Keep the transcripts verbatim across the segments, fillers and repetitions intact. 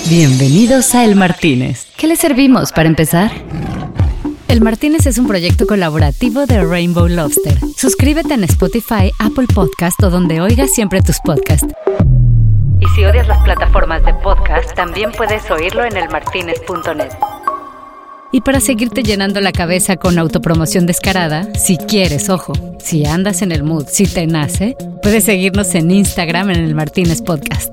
Bienvenidos a El Martínez. ¿Qué le servimos para empezar? El Martínez es un proyecto colaborativo de Rainbow Lobster. Suscríbete en Spotify, Apple Podcast o donde oigas siempre tus podcasts. Y si odias las plataformas de podcast, también puedes oírlo en el martinez punto net. Y para seguirte llenando la cabeza con autopromoción descarada, si quieres, ojo, si andas en el mood, si te nace, puedes seguirnos en Instagram en el Martínez Podcast.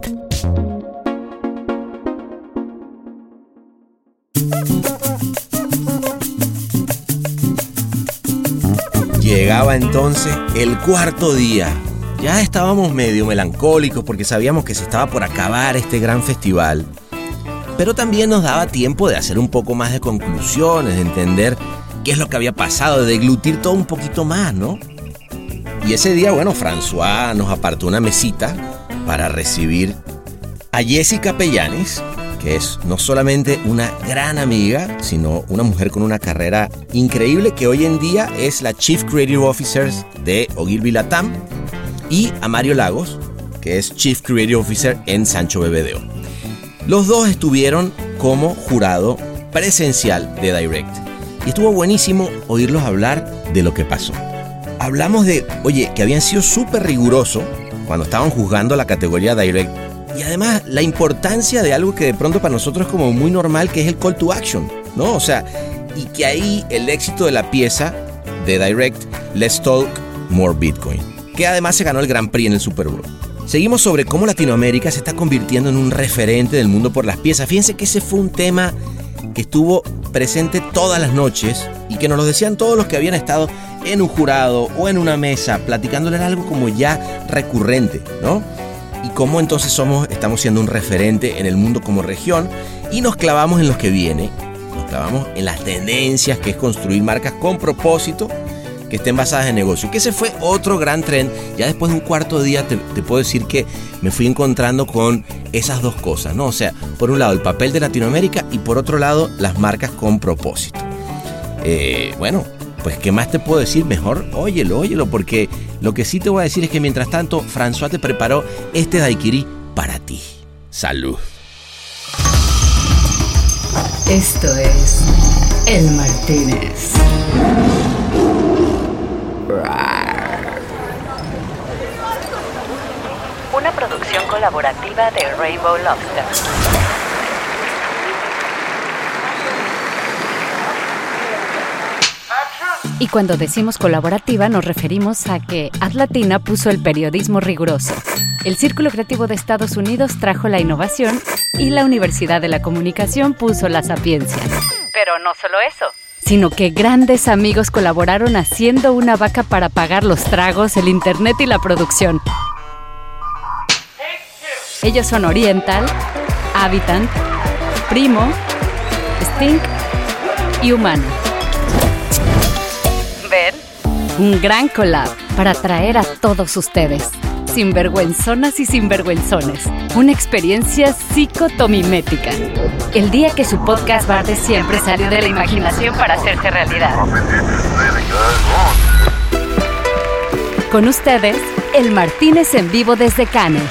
Llegaba entonces el cuarto día. Ya estábamos medio melancólicos porque sabíamos que se estaba por acabar este gran festival. Pero también nos daba tiempo de hacer un poco más de conclusiones, de entender qué es lo que había pasado, de deglutir todo un poquito más, ¿no? Y ese día, bueno, François nos apartó una mesita para recibir a Jessica Pellanis, que es no solamente una gran amiga, sino una mujer con una carrera increíble, que hoy en día es la Chief Creative Officer de Ogilvy Latam, y a Mario Lagos, que es Chief Creative Officer en Sancho Bebedeo. Los dos estuvieron como jurado presencial de Direct y estuvo buenísimo oírlos hablar de lo que pasó. Hablamos de, oye, que habían sido súper rigurosos cuando estaban juzgando la categoría Direct y además la importancia de algo que de pronto para nosotros es como muy normal, que es el call to action, ¿no? O sea, y que ahí el éxito de la pieza de Direct, Let's Talk More Bitcoin, que además se ganó el Grand Prix en el Super Bowl. Seguimos sobre cómo Latinoamérica se está convirtiendo en un referente del mundo por las piezas. Fíjense que ese fue un tema que estuvo presente todas las noches y que nos lo decían todos los que habían estado en un jurado o en una mesa platicándole, era algo como ya recurrente, ¿no? Y cómo entonces somos, estamos siendo un referente en el mundo como región y nos clavamos en lo que viene, nos clavamos en las tendencias, que es construir marcas con propósito, que estén basadas en negocio, que ese fue otro gran trend. Ya después de un cuarto día te, te puedo decir que me fui encontrando con esas dos cosas, ¿no? O sea, por un lado el papel de Latinoamérica y por otro lado las marcas con propósito. Eh, bueno, pues ¿qué más te puedo decir? Mejor óyelo, óyelo, porque lo que sí te voy a decir es que mientras tanto François te preparó este daiquiri para ti. Salud. Esto es El Martínez. Una producción colaborativa de Rainbow Lobster. Y cuando decimos colaborativa nos referimos a que Atlatina puso el periodismo riguroso, el Círculo Creativo de Estados Unidos trajo la innovación y la Universidad de la Comunicación puso la sapiencia. Pero no solo eso, sino que grandes amigos colaboraron haciendo una vaca para pagar los tragos, el internet y la producción. Ellos son Oriental, Habitant, Primo, Stink y Humano. ¿Ven? Un gran collab para atraer a todos ustedes, sinvergüenzonas y sinvergüenzones, una experiencia psicotomimética. El día que su podcast bar de siempre salió de la imaginación para hacerse realidad. Con ustedes, El Martínez en vivo desde Cannes.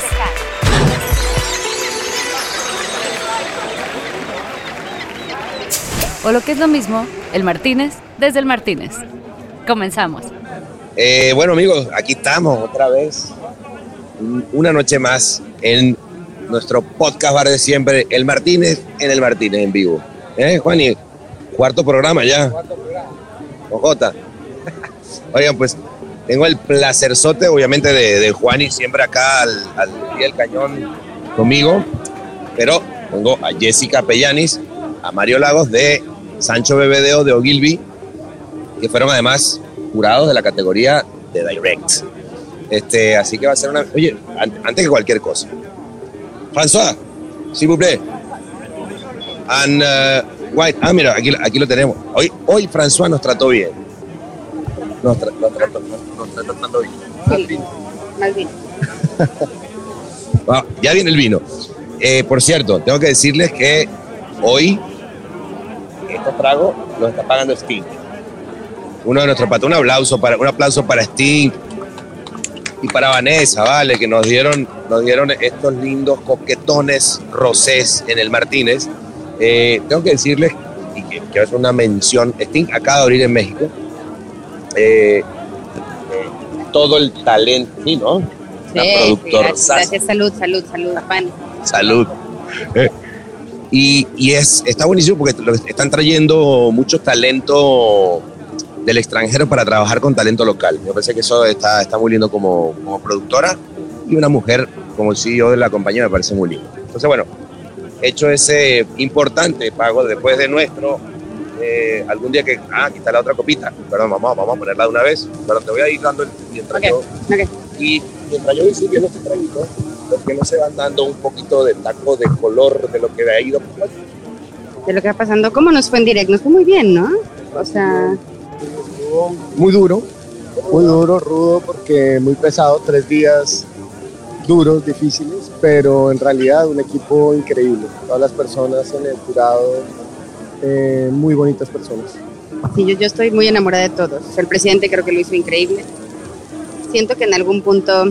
O lo que es lo mismo, El Martínez desde El Martínez. Comenzamos. Eh, bueno, amigos, aquí estamos otra vez. Una noche más en nuestro podcast bar de siempre, El Martínez en El Martínez en vivo. ¿Eh, Juani? Cuarto programa ya. Cuarto programa. Ojota. Oigan, pues tengo el placerzote, obviamente, de, de Juani siempre acá al, al pie del cañón conmigo. Pero tengo a Jessica Pellanis, a Mario Lagos de Sancho Bebedeo de Ogilvy, que fueron además jurados de la categoría de Direct. Este, así que va a ser una... Oye, antes que cualquier cosa, François, s'il vous plaît. And, uh, White, ah, mira, aquí, aquí lo tenemos. Hoy, hoy François nos trató bien. Nos, tra, nos, trató, nos, nos trató bien. Más vino. Más vino. Wow, ya viene el vino. Eh, por cierto, tengo que decirles que hoy estos tragos los está pagando Sting. Uno de nuestros patrones. Un aplauso para, un aplauso para Sting. y para Vanessa, vale, que nos dieron, nos dieron estos lindos coquetones rosés en el Martínez. Eh, tengo que decirles, y que quiero hacer una mención, Sting acaba de abrir en México. Eh, eh, todo el talento, sí, ¿no? Sí, una productora. Gracias, gracias, salud, salud, salud, Juan. Salud. Eh, y y es, está buenísimo porque lo, están trayendo mucho talento del extranjero para trabajar con talento local. Me parece que eso está, está muy lindo como, como productora, y una mujer como C E O de la compañía me parece muy lindo. Entonces, bueno, hecho ese importante pago después de nuestro, eh, algún día que, ah, aquí está la otra copita, perdón, vamos, vamos a ponerla de una vez, pero te voy a ir dando el, mientras okay, yo, okay. y mientras yo voy sirviendo este traguito, porque no se van dando un poquito de taco de color de lo que ha ido. De lo que va pasando, ¿cómo nos fue en directo? Nos fue muy bien, ¿no? O sea... Muy duro, muy duro, rudo, porque muy pesado, tres días duros, difíciles, pero en realidad un equipo increíble. Todas las personas en el jurado, eh, muy bonitas personas. Sí, yo, yo estoy muy enamorada de todos. El presidente creo que lo hizo increíble. Siento que en algún punto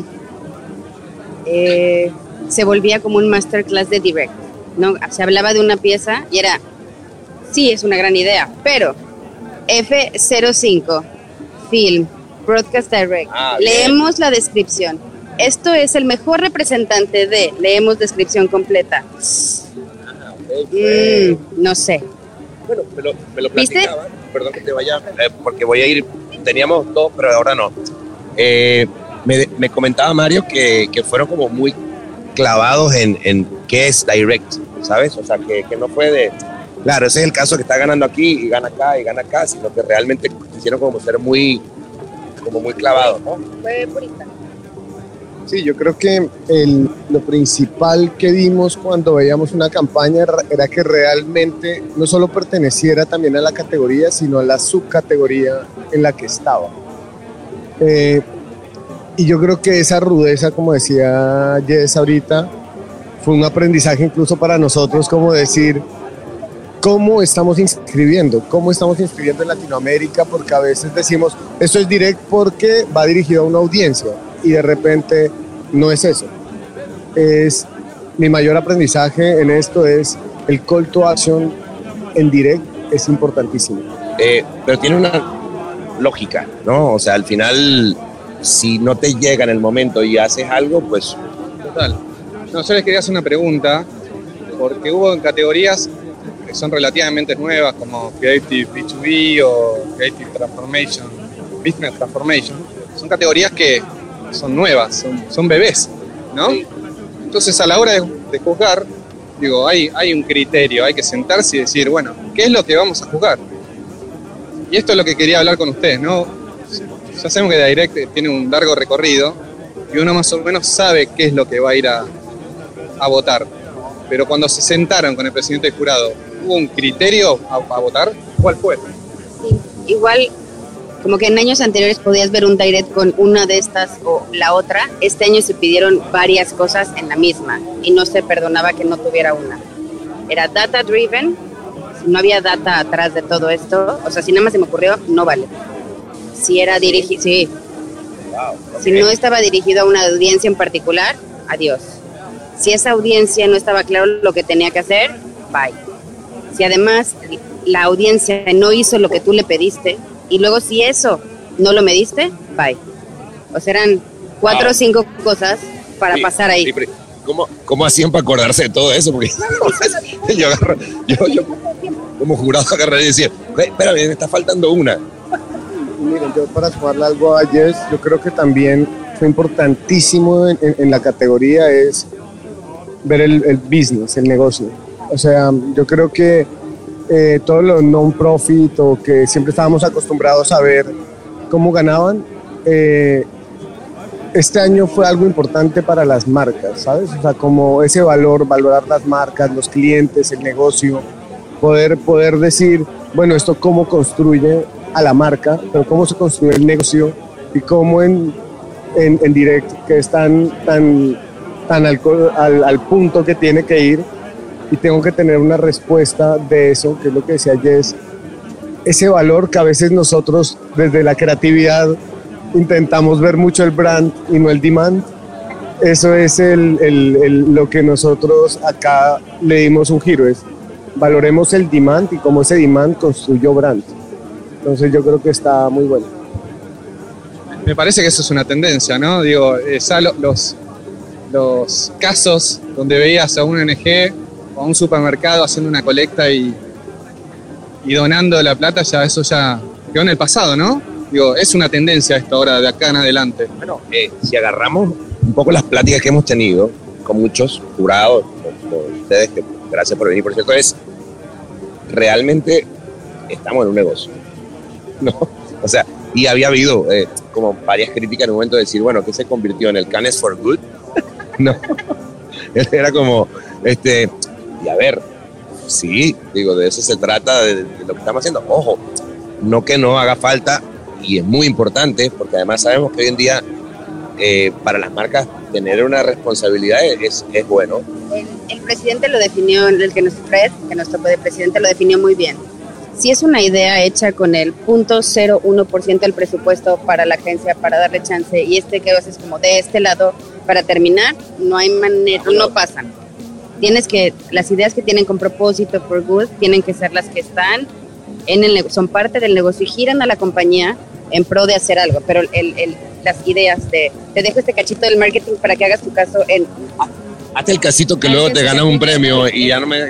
eh, se volvía como un masterclass de direct, ¿no? Se hablaba de una pieza y era, sí, es una gran idea, pero F cero cinco, Film, Broadcast Direct, ah, leemos la descripción. Esto es el mejor representante de, leemos descripción completa. Ah, okay. Mm, no sé. Bueno, me lo, me lo ¿Viste? platicaba, perdón que te vaya, eh, porque voy a ir, teníamos dos, pero ahora no. Eh, me, me comentaba Mario que, que fueron como muy clavados en, en qué es direct, ¿sabes? O sea, que, que no fue de, claro, ese es el caso que está ganando aquí y gana acá y gana acá, sino que realmente quisieron como ser muy, como muy clavados, ¿no? Fue purista. Sí, yo creo que el, lo principal que vimos cuando veíamos una campaña era que realmente no solo perteneciera también a la categoría, sino a la subcategoría en la que estaba. Eh, y yo creo que esa rudeza, como decía Jess ahorita, fue un aprendizaje incluso para nosotros, como decir cómo estamos inscribiendo, cómo estamos inscribiendo en Latinoamérica, porque a veces decimos, esto es direct porque va dirigido a una audiencia, y de repente no es eso. Es, mi mayor aprendizaje en esto es el call to action en direct, es importantísimo. Eh, pero tiene una lógica, ¿no? O sea, al final, si no te llega en el momento y haces algo, pues... Total. No, yo les quería hacer una pregunta, porque hubo en categorías que son relativamente nuevas, como Creative B dos B o Creative Transformation, Business Transformation. Son categorías que son nuevas, son, son bebés, ¿no? Entonces, a la hora de, de juzgar, digo, hay, hay un criterio, hay que sentarse y decir, bueno, ¿qué es lo que vamos a juzgar? Y esto es lo que quería hablar con ustedes, ¿no? Ya sabemos que Direct tiene un largo recorrido y uno más o menos sabe qué es lo que va a ir a, a votar. Pero cuando se sentaron con el presidente del jurado, ¿hubo un criterio a, a votar? ¿Cuál fue? Sí, igual, como que en años anteriores podías ver un direct con una de estas o la otra. Este año se pidieron varias cosas en la misma y no se perdonaba que no tuviera una. Era data driven, si no había data atrás de todo esto, o sea, si nada más se me ocurrió, no vale. Si era dirigido, sí. Wow, okay. Si no estaba dirigido a una audiencia en particular, adiós. Si esa audiencia no estaba claro lo que tenía que hacer, bye. Si además la audiencia no hizo lo que tú le pediste, y luego si eso no lo mediste, bye. O sea, eran cuatro o wow. cinco cosas para sí, pasar ahí. Sí, ¿cómo, ¿Cómo hacían para acordarse de todo eso? Porque yo, agarro, yo, yo como jurado agarré y decía, espérame, me está faltando una. Miren, yo para sumarle algo a Jess, yo creo que también fue importantísimo en, en, en la categoría es ver el, el business, el negocio. O sea, yo creo que eh, todos los non-profit o que siempre estábamos acostumbrados a ver cómo ganaban, eh, este año fue algo importante para las marcas, ¿sabes? O sea, como ese valor, valorar las marcas, los clientes, el negocio, poder, poder decir, bueno, esto cómo construye a la marca, pero cómo se construye el negocio y cómo en, en, en direct, que es tan, tan, tan al, al, al punto que tiene que ir, y tengo que tener una respuesta de eso, que es lo que decía Jess, ese valor que a veces nosotros desde la creatividad intentamos ver mucho el brand y no el demand. Eso es el, el, el, lo que nosotros acá le dimos un giro, es valoremos el demand y cómo ese demand construyó brand. Entonces yo creo que está muy bueno. Me parece que eso es una tendencia, ¿no? Digo, eh, ya lo, los, los casos donde veías a un O N G o a un supermercado haciendo una colecta y, y donando la plata, ya eso ya quedó en el pasado, ¿no? Digo, es una tendencia esto ahora de acá en adelante. Bueno, eh, si agarramos un poco las pláticas que hemos tenido con muchos jurados, con, con ustedes, que gracias por venir, por cierto, es realmente estamos en un negocio, ¿no? O sea, y había habido eh, como varias críticas en un momento de decir, bueno, ¿qué se convirtió en el Cannes for Good? No, era como, este, y a ver, sí, digo, de eso se trata, de, de lo que estamos haciendo. Ojo, no que no haga falta, y es muy importante, porque además sabemos que hoy en día eh, para las marcas tener una responsabilidad es, es bueno. El, el presidente lo definió, el que nos trae, que nuestro presidente lo definió muy bien. Si es una idea hecha con el cero punto cero uno por ciento del presupuesto para la agencia, para darle chance, y este que es como de este lado, para terminar, no hay manera, no pasan. Tienes que, las ideas que tienen con propósito, for good, tienen que ser las que están en el, son parte del negocio y giran a la compañía en pro de hacer algo, pero el, el, las ideas de, te dejo este cachito del marketing para que hagas tu caso en... Hazte el casito que luego te ganas un premio y ya no me...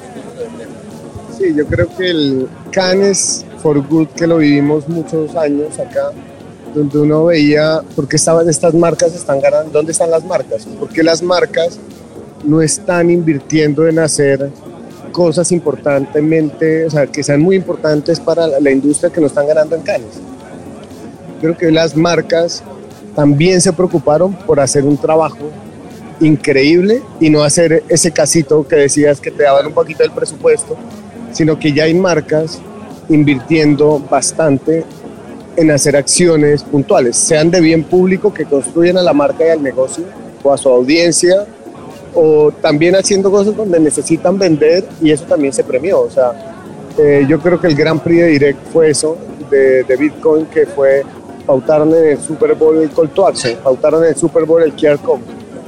Sí, yo creo que el Cannes for Good, que lo vivimos muchos años acá, donde uno veía por qué estaban estas marcas, están ganando, ¿dónde están las marcas? Porque las marcas no están invirtiendo en hacer cosas importantemente, o sea, que sean muy importantes para la industria, que no están ganando en Cannes. Creo que las marcas también se preocuparon por hacer un trabajo increíble y no hacer ese casito que decías que te daban un poquito del presupuesto, sino que ya hay marcas invirtiendo bastante en hacer acciones puntuales, sean de bien público que construyen a la marca y al negocio o a su audiencia, o también haciendo cosas donde necesitan vender, y eso también se premió. O sea, eh, yo creo que el Grand Prix de Direct fue eso, de, de Bitcoin, que fue pautaron en el Super Bowl el Call to Action, pautaron en el Super Bowl el Q R Code.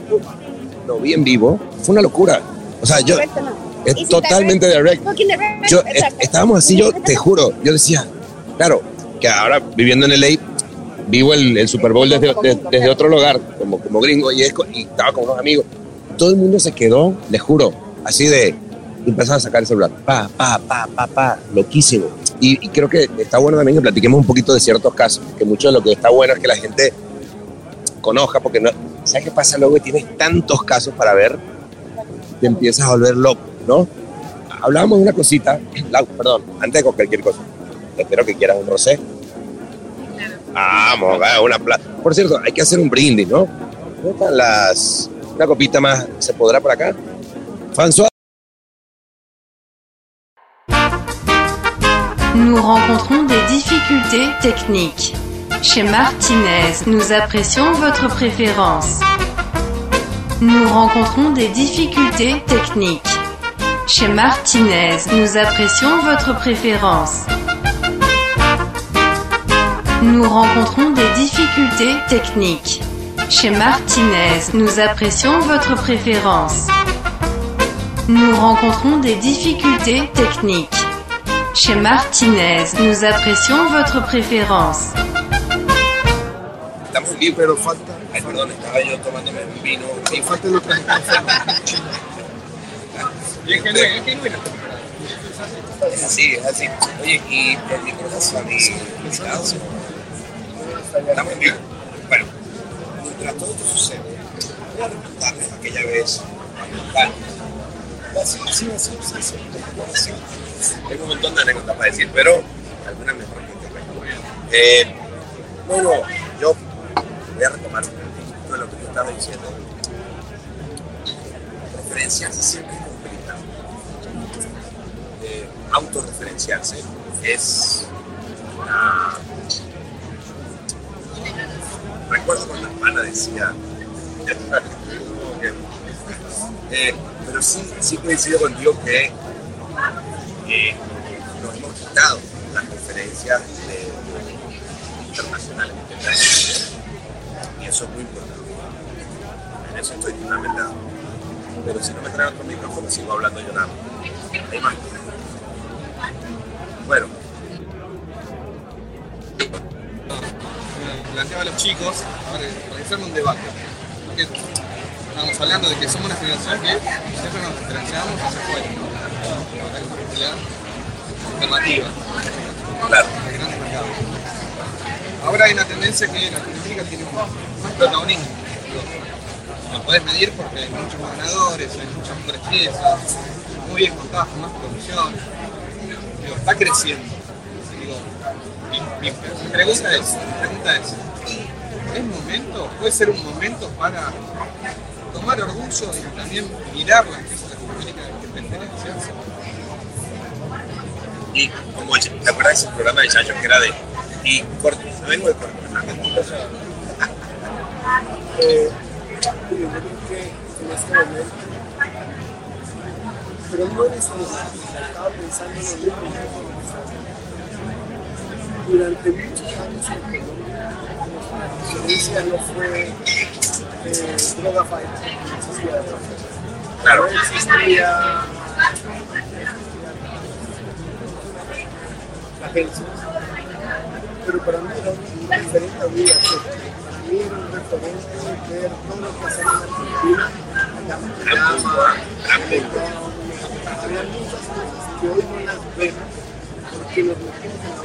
Lo vi en vivo, fue una locura. O sea, yo... Es totalmente direct. Yo, eh, estábamos así, yo te juro, yo decía, claro, que ahora viviendo en L A, vivo el, el Super Bowl desde, de, desde otro lugar, como, como gringo, y, es, y estaba con unos amigos. Todo el mundo se quedó, les juro, así de, empezaron a sacar el celular, pa, pa, pa, pa, pa, loquísimo. Y, y creo que está bueno también que platiquemos un poquito de ciertos casos, que mucho de lo que está bueno es que la gente conozca, porque no, ¿sabes qué pasa luego? Que tienes tantos casos para ver, te empiezas a volver loco, ¿no? Hablábamos de una cosita, Lau, perdón, antes de cualquier cosa, espero que quieras un rosé. Vamos, una plata. Por cierto, hay que hacer un brindis, ¿no? ¿Dónde están las... Una copita más, ¿se podrá por acá? François. Nous rencontrons des difficultés techniques. Chez Martinez, nous apprécions votre préférence. Nous rencontrons des difficultés techniques. Chez Martinez, nous apprécions votre préférence. Nous rencontrons des difficultés techniques. Chez Martinez, nous apprécions votre préférence. Nous rencontrons des difficultés techniques. Chez Martinez, nous apprécions votre préférence. Estamos en vivo, pero falta... Ay, perdón, estaba yo tomándome un vino. Y falta el otro. Bien genuino, bien genuino. Es así, es así. Oye, y el micrófono a mis invitados. Estamos en vivo. Bueno, mientras todo esto sucede, voy a recordarles aquella vez. Vale. Así, así, así, así, así. Tengo un montón de anécdotas para decir, pero algunas mejor que te eh, Bueno, yo voy a retomar un poquito de lo que yo estaba diciendo. Referenciarse siempre es complicado. Eh, autorreferenciarse es una... Recuerdo cuando la hermana decía... eh, pero sí, sí coincido contigo que eh, nos hemos quitado las referencias de, internacional en este país. Y eso es muy importante. En eso estoy totalmente de acuerdo. Pero si no me traen otro micrófono, sigo hablando yo nada más. Hay más. Bueno. Planteaba a los chicos para realizarme un debate. Porque estamos hablando de que somos una generación que siempre nos diferenciamos hacia afuera, ¿no? Ahora hay una realidad alternativa. Claro. Grandes mercados. Ahora hay una tendencia que Latinoamérica tiene más protagonismo. Lo podés medir porque hay muchos más ganadores, hay muchas mejores piezas, muy bien contadas, con más producción. Digo, está creciendo. Digo, mi, mi, mi pregunta es, mi pregunta es, ¿es momento, puede ser un momento para tomar orgullo y también mirar la empresa latinoamericana que pertenece? Y como te acuerdas de ese programa de Chacho que era de y corto, no vengo de corto, eh, yo creo que en este momento, pero no en este momento, estaba pensando en lo mismo. Durante muchos años en Colombia, la experiencia no fue eh, droga fight, no existía droga. Claro. No existía agencias, pero para mí era un referente a vida. Para mí era un referente ver todo lo que hacía en Argentina, la Llama, había muchas cosas que hoy no las vemos porque los metimos en la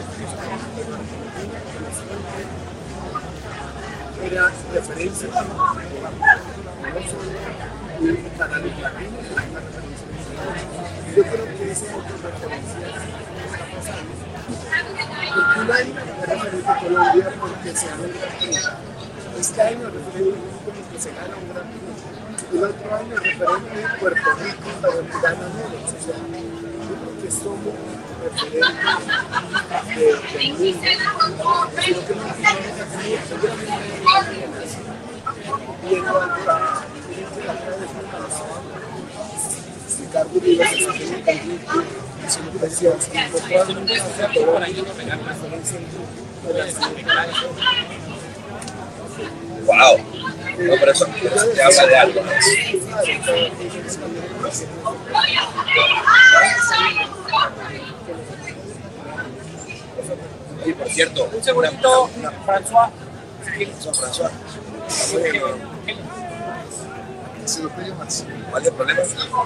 era referencia no solo un canal de platino, sino una referencia. Yo creo que ese autorreferencia está pasando. Porque un año es referente a Colombia porque se gana un gran premio. Este año es referente porque se gana un gran premio. El otro año es referente en Puerto Rico para el gana menos. O sea, yo creo que somos referentes de, del mundo. Sino que no nos vamos a tener seguramente viendo algo que la cara de su Ricardo Rivas es un grupo. Si lo decías, probablemente se acabó la referencia en grupo. Wow. No, pero eso, pero eso te habla de algo, ¿no? Y por cierto, un segundito, una, una, François. Son François. ¿Cuál es el problema?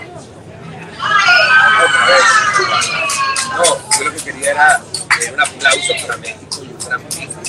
Otra vez. No, yo lo que quería era eh, un aplauso para México y un gran México.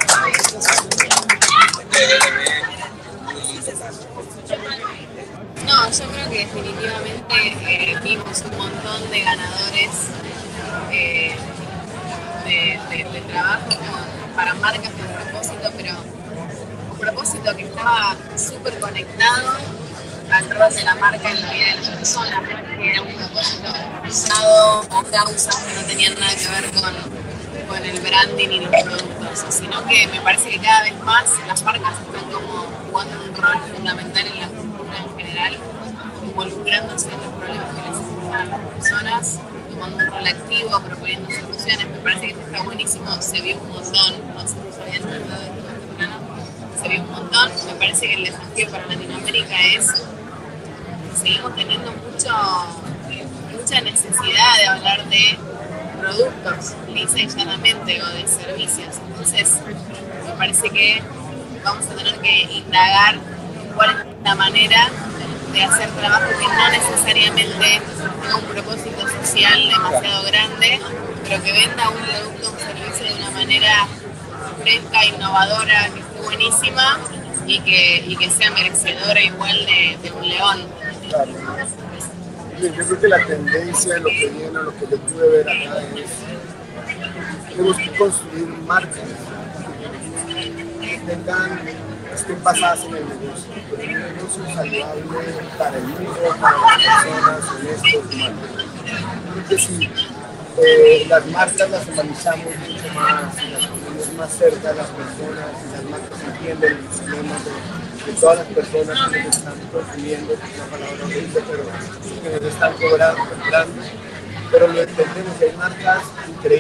No, yo creo que definitivamente eh, vimos un montón de ganadores eh, de, de, de trabajo con, para marcas con propósito, pero un propósito que estaba súper conectado al rol de la marca en la vida de las personas, que era un propósito usado o causas que no tenían nada que ver con, con el branding y los productos, sino que me parece que cada vez más las marcas están como jugando un rol fundamental en la cultura en general, involucrándose en los problemas que les afectan a las personas, tomando un rol activo, proponiendo soluciones. Me parece que esto está buenísimo, se vio un montón, nosotros habíamos hablado de esto temprano, se vio un montón. Me parece que el desafío para Latinoamérica es seguimos teniendo mucho, eh, mucha necesidad de hablar de productos, lisa y llanamente, o de servicios. Entonces, me parece que vamos a tener que indagar cuál es la manera de hacer trabajo que no necesariamente tenga un propósito social demasiado grande, pero que venda un producto o un servicio de una manera fresca, innovadora, que esté buenísima y que, y que sea merecedora igual de, de un león. Claro. Yo creo que la tendencia, lo que viene, lo que yo pude ver acá es tenemos que construir marcas que tengan, estén basadas en el negocio, pero un negocio saludable para el mundo, para las personas, honestos, humanos. Creo que si eh, las marcas las humanizamos mucho más, y las ponemos más cerca de las personas, y las marcas entienden los problemas de, de todas las personas que nos están consumiendo, que es una palabra horrible, pero que nos están cobrando, comprando, pero lo entendemos, hay marcas increíbles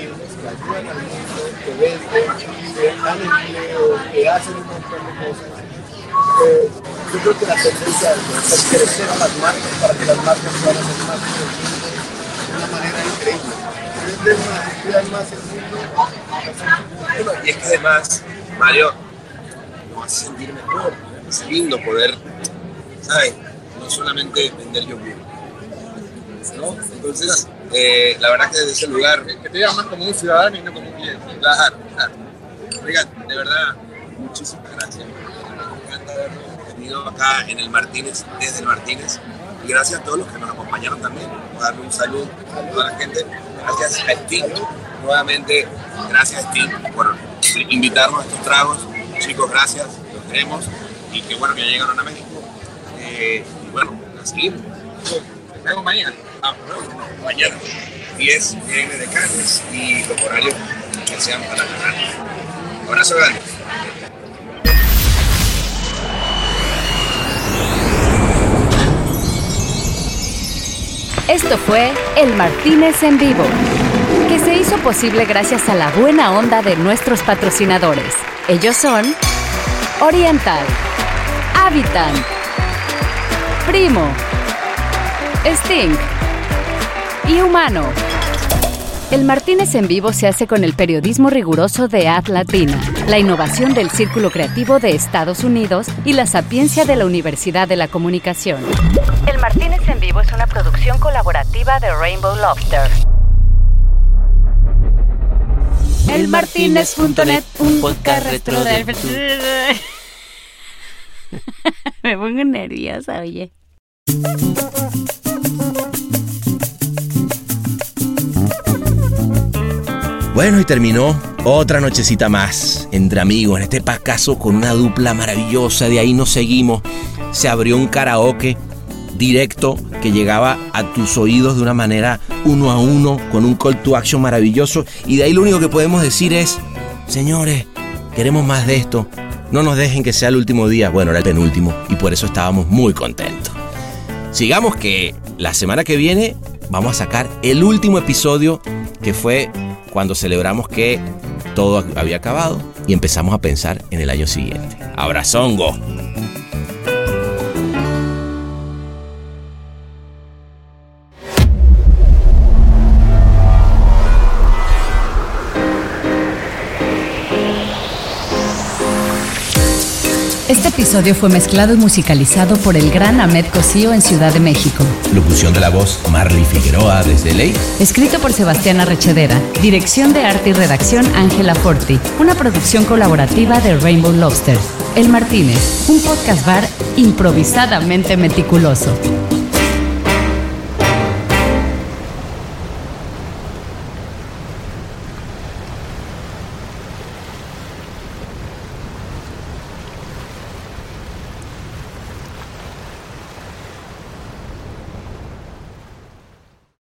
que ayudan al mundo, que venden, que dan empleo, que hacen un montón de cosas. Eh, yo creo que la tendencia es crecer a las marcas para que las marcas puedan hacer más por el mundo de una manera increíble. Vender más, cuidar más el mundo. Bueno, y es que además, Mario, nos hace sentir mejor. Es lindo poder, ¿sabes? No solamente vender yo mismo, ¿no? Entonces, eh, la verdad que desde ese lugar, Que te veas más como un ciudadano y no como un cliente. claro, claro. Oigan, de verdad, muchísimas gracias. Me encanta habernos tenido acá en el Martínez, desde el Martínez. Y gracias a todos los que nos acompañaron también. Voy a darle un saludo a toda la gente. Gracias a Steve. Nuevamente, gracias a Steve por invitarnos a estos tragos. Chicos, gracias. Los queremos. Y qué bueno que ya llegaron a México. Eh, y bueno, a seguir. Nos vemos mañana. Ah, no, mañana. diez eme de Cannes y los horarios que sean para ganar. Abrazo grande. Esto fue El Martínez en Vivo, que se hizo posible gracias a la buena onda de nuestros patrocinadores. Ellos son Oriental, Habitant, Primo, Sting y Humano. El Martínez en Vivo se hace con el periodismo riguroso de Ad Latina, la innovación del Círculo Creativo de Estados Unidos y la sapiencia de la Universidad de la Comunicación. El Martínez en Vivo es una producción colaborativa de Rainbow Lobster. El Martínez punto net, un podcast retro del... Me pongo nerviosa, oye. Bueno, y terminó otra nochecita más entre amigos, en este caso con una dupla maravillosa. De ahí nos seguimos. Se abrió un karaoke directo que llegaba a tus oídos de una manera uno a uno, con un call to action maravilloso. Y de ahí lo único que podemos decir es: señores, queremos más de esto. No nos dejen que sea el último día. Bueno, era el penúltimo y por eso estábamos muy contentos. Sigamos, que la semana que viene vamos a sacar el último episodio, que fue cuando celebramos que todo había acabado y empezamos a pensar en el año siguiente. ¡Abrazongo! Este episodio fue mezclado y musicalizado por el gran Ahmed Cosío en Ciudad de México. Locución de la voz, Marley Figueroa desde L A. Escrito por Sebastián Arrechedera. Dirección de arte y redacción, Ángela Forti. Una producción colaborativa de Rainbow Lobster. El Martínez, un podcast bar improvisadamente meticuloso.